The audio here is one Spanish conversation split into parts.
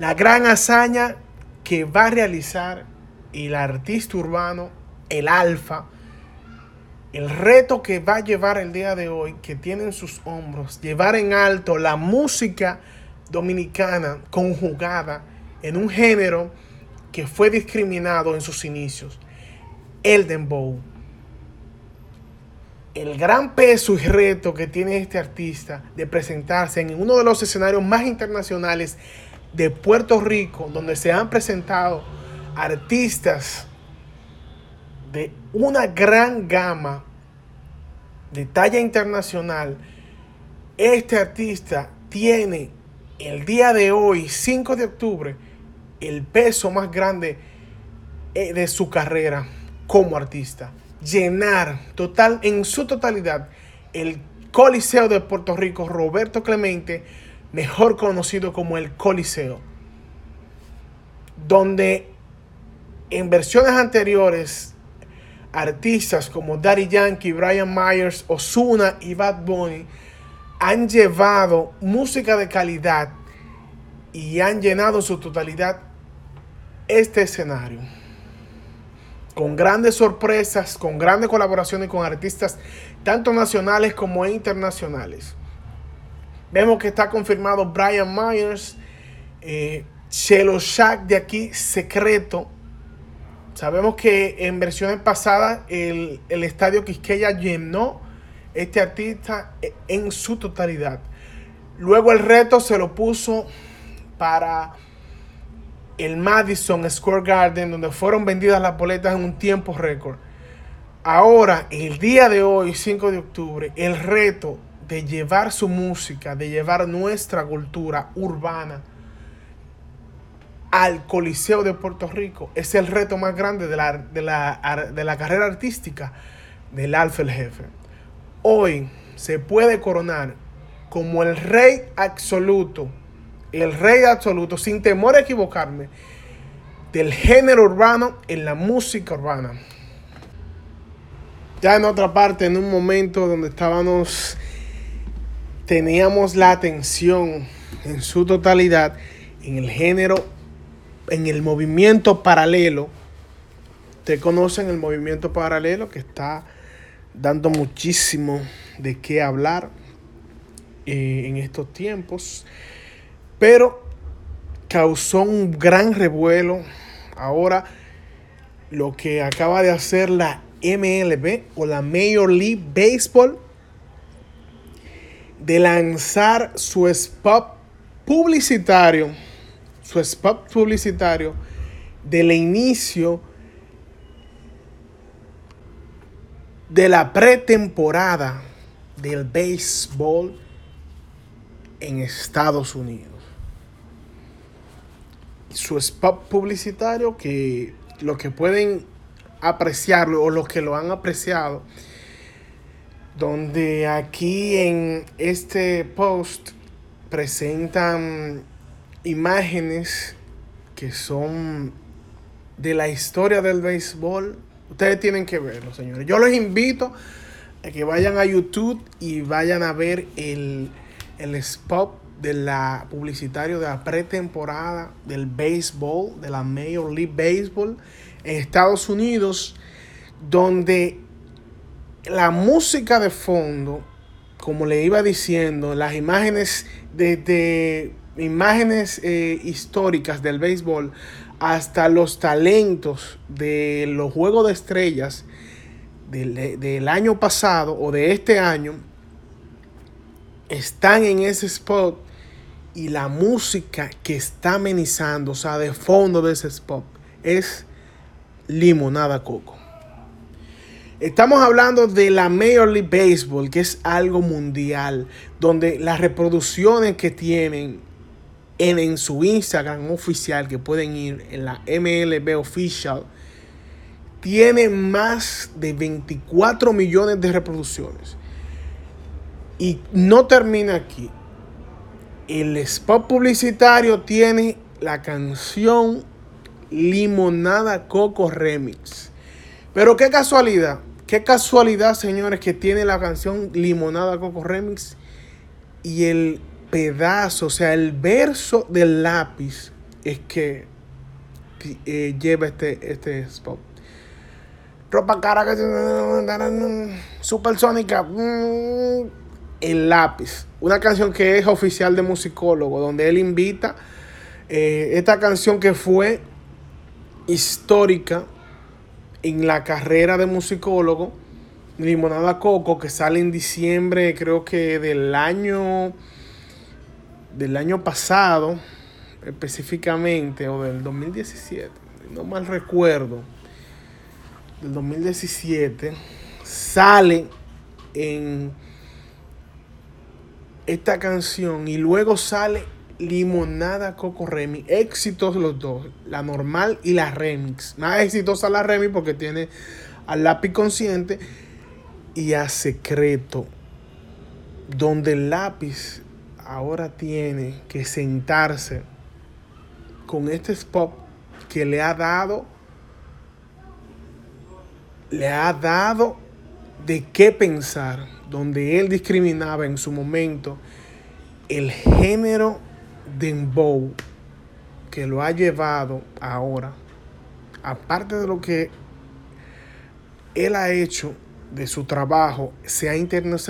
La gran hazaña que va a realizar el artista urbano, el Alfa, el reto que va a llevar el día de hoy, que tiene en sus hombros, llevar en alto la música dominicana conjugada en un género que fue discriminado en sus inicios, el dembow. El gran peso y reto que tiene este artista de presentarse en uno de los escenarios más internacionales de Puerto Rico, donde se han presentado artistas de una gran gama de talla internacional. Este artista tiene el día de hoy, 5 de octubre, el peso más grande de su carrera como artista. Llenar en su totalidad el Coliseo de Puerto Rico Roberto Clemente, mejor conocido como el Coliseo, donde en versiones anteriores artistas como Daddy Yankee, Brian Myers, Ozuna y Bad Bunny han llevado música de calidad y han llenado en su totalidad este escenario, con grandes sorpresas, con grandes colaboraciones con artistas tanto nacionales como internacionales. Vemos que está confirmado Brian Myers, Chelo Shack de aquí, Secreto. Sabemos que en versiones pasadas el estadio Quisqueya llenó este artista en su totalidad. Luego el reto se lo puso para el Madison Square Garden, donde fueron vendidas las boletas en un tiempo récord. Ahora, el día de hoy, 5 de octubre, el reto de llevar su música, de llevar nuestra cultura urbana al Coliseo de Puerto Rico, es el reto más grande de la carrera artística del Alfa el Jefe. Hoy se puede coronar como el rey absoluto, sin temor a equivocarme, del género urbano en la música urbana. Ya en otra parte, en un momento donde teníamos la atención en su totalidad en el género, en el movimiento paralelo. Ustedes conocen el movimiento paralelo, que está dando muchísimo de qué hablar en estos tiempos, pero causó un gran revuelo ahora lo que acaba de hacer la MLB o la Major League Baseball, de lanzar su spot publicitario del inicio de la pretemporada del béisbol en Estados Unidos. Su spot publicitario, que los que pueden apreciarlo o los que lo han apreciado, donde aquí en este post presentan imágenes que son de la historia del béisbol. Ustedes tienen que verlo, señores. Yo los invito a que vayan a YouTube y vayan a ver el spot de la publicitario de la pretemporada del béisbol, de la Major League Baseball en Estados Unidos, donde la música de fondo, como le iba diciendo, las imágenes imágenes históricas del béisbol hasta los talentos de los Juegos de Estrellas del año pasado o de este año están en ese spot, y la música que está amenizando, o sea, de fondo de ese spot, es Limonada Coco. Estamos hablando de la Major League Baseball, que es algo mundial, donde las reproducciones que tienen en su Instagram oficial, que pueden ir en la MLB Official, tiene más de 24 millones de reproducciones. Y no termina aquí. El spot publicitario tiene la canción Limonada Coco Remix. Pero qué casualidad, señores, que tiene la canción Limonada Coco Remix y el pedazo, o sea, el verso del lápiz es que lleva este spot. Ropa cara que supersónica. El lápiz. Una canción que es oficial de Musicólogo, donde él invita esta canción que fue histórica en la carrera de Musicólogo, Limonada Coco, que sale en diciembre, creo que del año pasado, específicamente, o del 2017, no mal recuerdo, del 2017, sale en esta canción y luego sale Limonada Coco Remix. Éxitos los dos, la normal y la remix. Más exitosa la remix porque tiene al Lápiz Consciente y a Secreto, donde el Lápiz ahora tiene que sentarse con este spot que le ha dado de qué pensar, donde él discriminaba en su momento el género dembow, que lo ha llevado ahora, aparte de lo que él ha hecho de su trabajo, se ha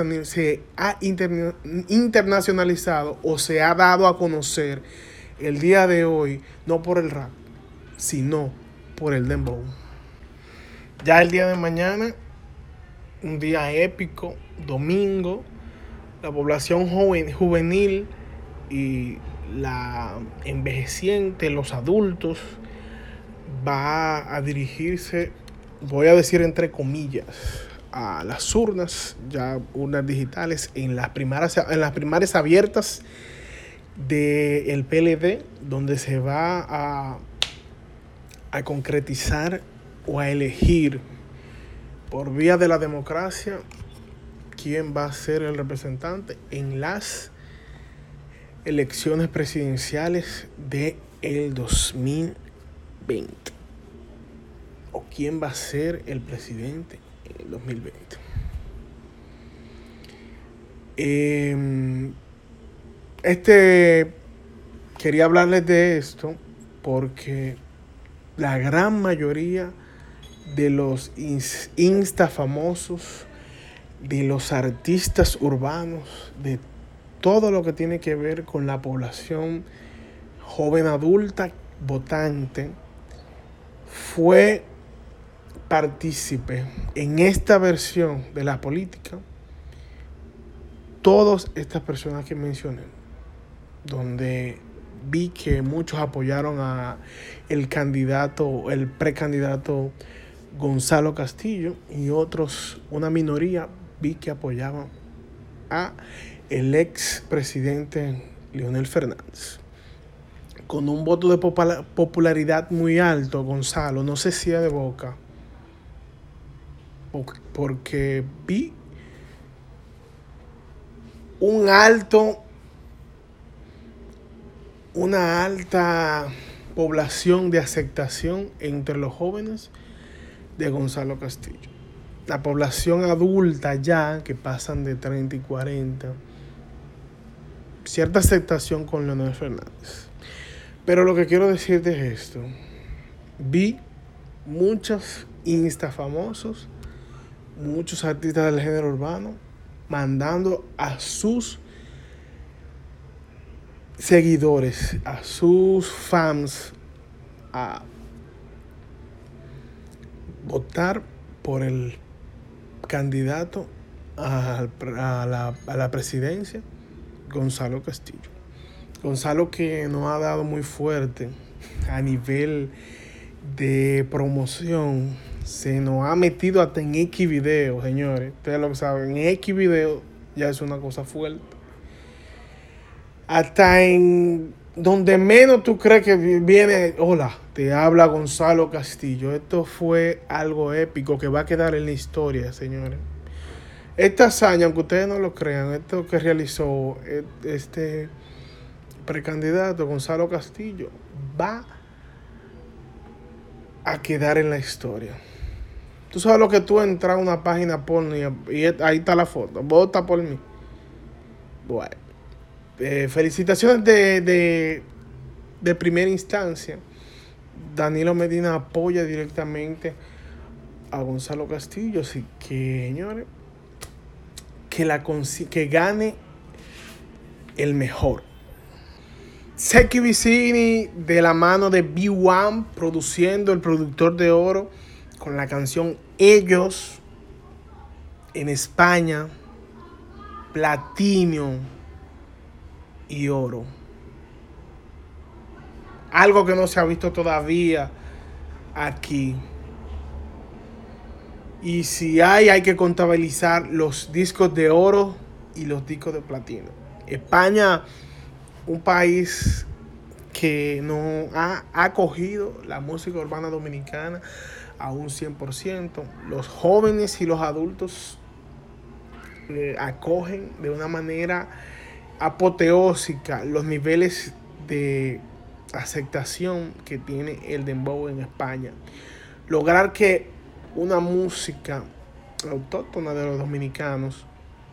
internacionalizado o se ha dado a conocer el día de hoy, no por el rap, sino por el dembow. Ya el día de mañana, un día épico, domingo, la población juvenil y la envejeciente, los adultos, va a dirigirse, voy a decir entre comillas, a las urnas, ya urnas digitales, en las primarias abiertas del PLD, donde se va a concretizar o a elegir por vía de la democracia quién va a ser el representante en las elecciones presidenciales del 2020, o quién va a ser el presidente en el 2020. Quería hablarles de esto porque la gran mayoría de los insta famosos, de los artistas urbanos, de todo lo que tiene que ver con la población joven adulta votante, fue partícipe en esta versión de la política. Todas estas personas que mencioné, donde vi que muchos apoyaron a el precandidato Gonzalo Castillo, y otros, una minoría, vi que apoyaban a el ex presidente Leonel Fernández. Con un voto de popularidad muy alto, Gonzalo, no sé si es de boca, porque vi una alta población de aceptación entre los jóvenes de Gonzalo Castillo. La población adulta ya, que pasan de 30 y 40, cierta aceptación con Leonel Fernández. Pero lo que quiero decirte es esto. Vi muchos instafamosos, muchos artistas del género urbano, mandando a sus seguidores, a sus fans, a votar por el candidato a la presidencia, Gonzalo Castillo. Gonzalo, que nos ha dado muy fuerte a nivel de promoción, se nos ha metido hasta en X video, señores. Ustedes lo saben, en X video ya es una cosa fuerte. Hasta en donde menos tú crees que viene, hola, te habla Gonzalo Castillo. Esto fue algo épico que va a quedar en la historia, señores. Esta hazaña, aunque ustedes no lo crean, esto que realizó este precandidato Gonzalo Castillo, va a quedar en la historia. Tú sabes lo que tú entras a una página porno y ahí está la foto. Vota por mí. Bueno. Felicitaciones de de primera instancia, Danilo Medina apoya directamente a Gonzalo Castillo. Así que, señores, que gane el mejor. Seki Vicini de la mano de B1 produciendo, el productor de oro, con la canción Ellos en España, platino y oro. Algo que no se ha visto todavía aquí. Y si hay que contabilizar los discos de oro y los discos de platino. España, un país que no ha acogido la música urbana dominicana a un 100%. Los jóvenes y los adultos acogen de una manera apoteósica los niveles de aceptación que tiene el dembow en España. Lograr que una música autóctona de los dominicanos,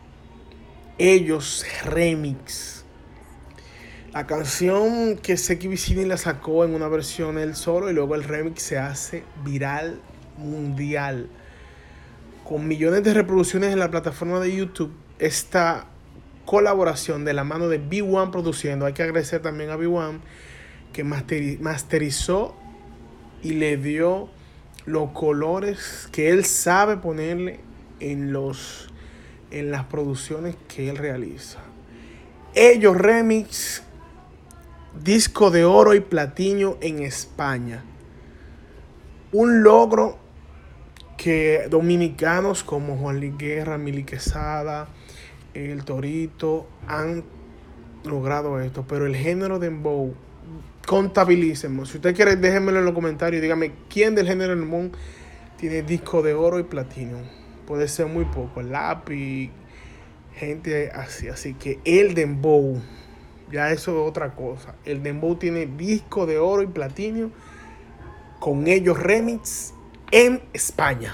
Ellos remix, la canción que Seki Vicini la sacó en una versión él solo y luego el remix se hace viral mundial con millones de reproducciones en la plataforma de YouTube. Esta colaboración de la mano de B1 produciendo, hay que agradecer también a B1 que masterizó y le dio los colores que él sabe ponerle en las producciones que él realiza. Ellos remix, disco de oro y platino en España. Un logro que dominicanos como Juan Luis Guerra, Mili Quesada, El Torito han logrado esto. Pero el género dembow, contabilícenlo. Si usted quiere, déjenmelo en los comentarios y dígame quién del género dembow tiene disco de oro y platino. Puede ser muy poco, lápiz, gente así. Así que el dembow, ya eso es otra cosa. El dembow tiene disco de oro y platino con Ellos remix en España.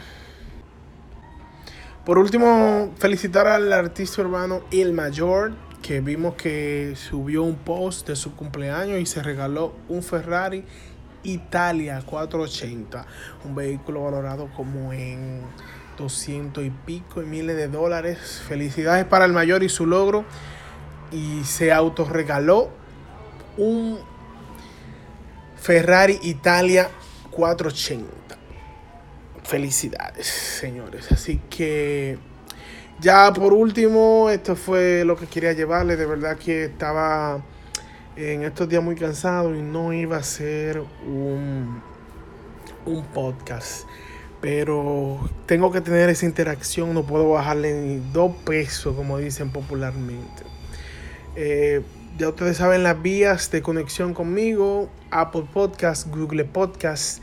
Por último, felicitar al artista urbano El Mayor, que vimos que subió un post de su cumpleaños y se regaló un Ferrari Italia 480, un vehículo valorado como en 200 y pico y miles de dólares. Felicidades para El Mayor y su logro. Y se autorregaló un Ferrari Italia 480. Felicidades, señores. Así que ya por último, esto fue lo que quería llevarles. De verdad que estaba en estos días muy cansado y no iba a ser un podcast. Pero tengo que tener esa interacción. No puedo bajarle ni 2 pesos, como dicen popularmente. Ya ustedes saben las vías de conexión conmigo: Apple Podcast, Google Podcast,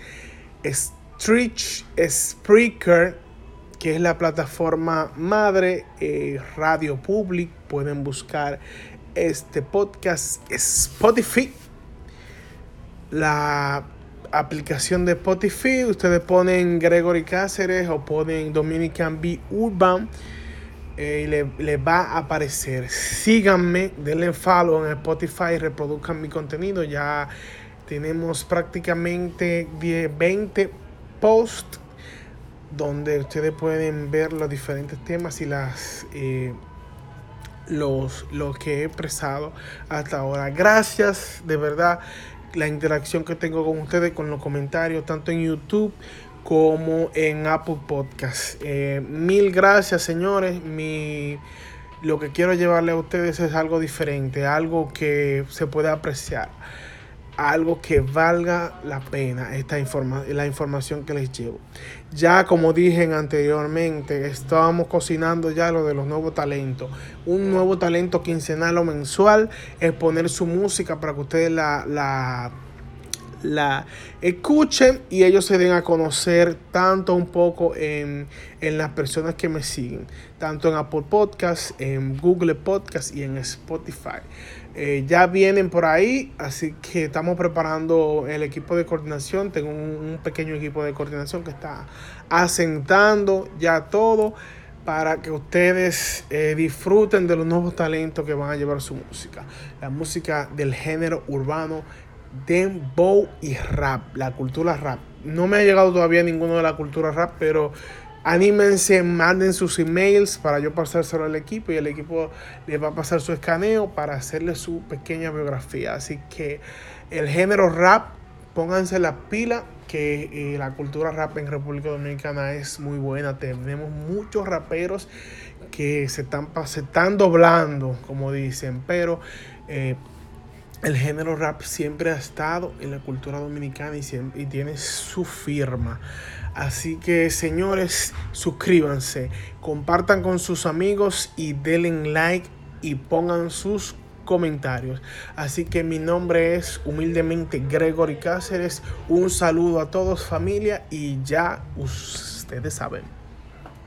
Spreaker, que es la plataforma madre, Radio Public. Pueden buscar este podcast, Spotify, la aplicación de Spotify. Ustedes ponen Gregory Cáceres o ponen Dominican Be Urban y les va a aparecer. Síganme, denle follow en Spotify, reproduzcan mi contenido. Ya tenemos prácticamente 20 posts donde ustedes pueden ver los diferentes temas y lo que he expresado hasta ahora. Gracias, de verdad, la interacción que tengo con ustedes, con los comentarios, tanto en YouTube como en Apple Podcast. Mil gracias, señores. Lo que quiero llevarle a ustedes es algo diferente, algo que se pueda apreciar, algo que valga la pena, la información que les llevo. Ya como dije anteriormente, estábamos cocinando ya lo de los nuevos talentos. Un nuevo talento quincenal o mensual, exponer su música para que ustedes la escuchen y ellos se den a conocer tanto un poco en las personas que me siguen, tanto en Apple Podcast, en Google Podcast y en Spotify. Ya vienen por ahí, así que estamos preparando el equipo de coordinación. Tengo un pequeño equipo de coordinación que está asentando ya todo para que ustedes disfruten de los nuevos talentos que van a llevar su música, la música del género urbano dembow y rap, la cultura rap. No me ha llegado todavía ninguno de la cultura rap, pero anímense, manden sus emails para yo pasárselo al equipo y el equipo les va a pasar su escaneo para hacerle su pequeña biografía. Así que el género rap, pónganse la pila que la cultura rap en República Dominicana es muy buena. Tenemos muchos raperos que se están doblando, como dicen, pero el género rap siempre ha estado en la cultura dominicana y tiene su firma. Así que, señores, suscríbanse, compartan con sus amigos y denle like y pongan sus comentarios. Así que mi nombre es humildemente Gregory Cáceres. Un saludo a todos, familia, y ya ustedes saben.